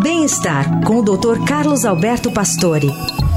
Bem-estar com o Dr. Carlos Alberto Pastore.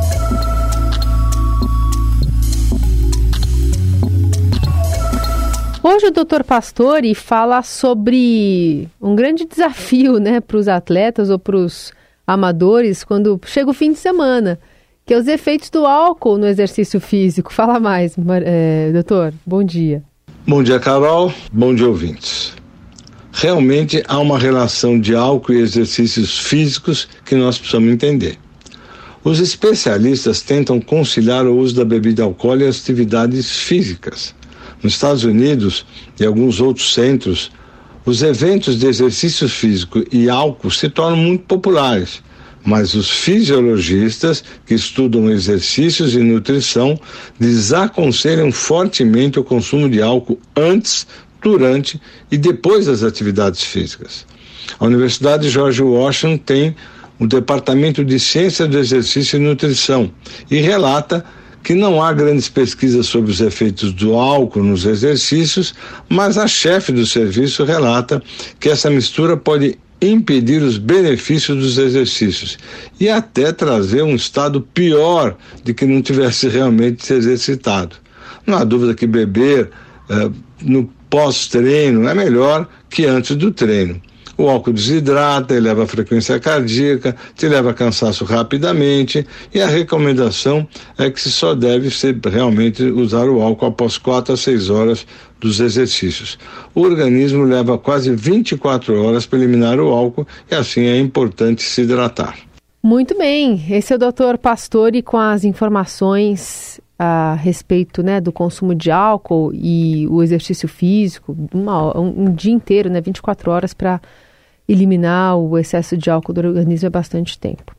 Hoje o Dr. Pastore fala sobre um grande desafio, para os atletas ou para os amadores quando chega o fim de semana, que é os efeitos do álcool no exercício físico. Fala mais, doutor. Bom dia. Bom dia, Carol. Bom dia, ouvintes. Realmente há uma relação de álcool e exercícios físicos que nós precisamos entender. Os especialistas tentam conciliar o uso da bebida alcoólica e as atividades físicas. Nos Estados Unidos e alguns outros centros, os eventos de exercício físico e álcool se tornam muito populares, mas os fisiologistas que estudam exercícios e nutrição desaconselham fortemente o consumo de álcool antes, durante e depois das atividades físicas. A Universidade George Washington tem o Departamento de Ciência do Exercício e Nutrição e relata que não há grandes pesquisas sobre os efeitos do álcool nos exercícios, mas a chefe do serviço relata que essa mistura pode impedir os benefícios dos exercícios e até trazer um estado pior de que não tivesse realmente se exercitado. Não há dúvida que beber no pós-treino é melhor que antes do treino. O álcool desidrata, eleva a frequência cardíaca, te leva a cansaço rapidamente e a recomendação é que se só deve realmente usar o álcool após 4 a 6 horas dos exercícios. O organismo leva quase 24 horas para eliminar o álcool e assim é importante se hidratar. Muito bem, esse é o Dr. Pastore com as informações a respeito do consumo de álcool e o exercício físico, um dia inteiro, 24 horas para eliminar o excesso de álcool do organismo é bastante tempo.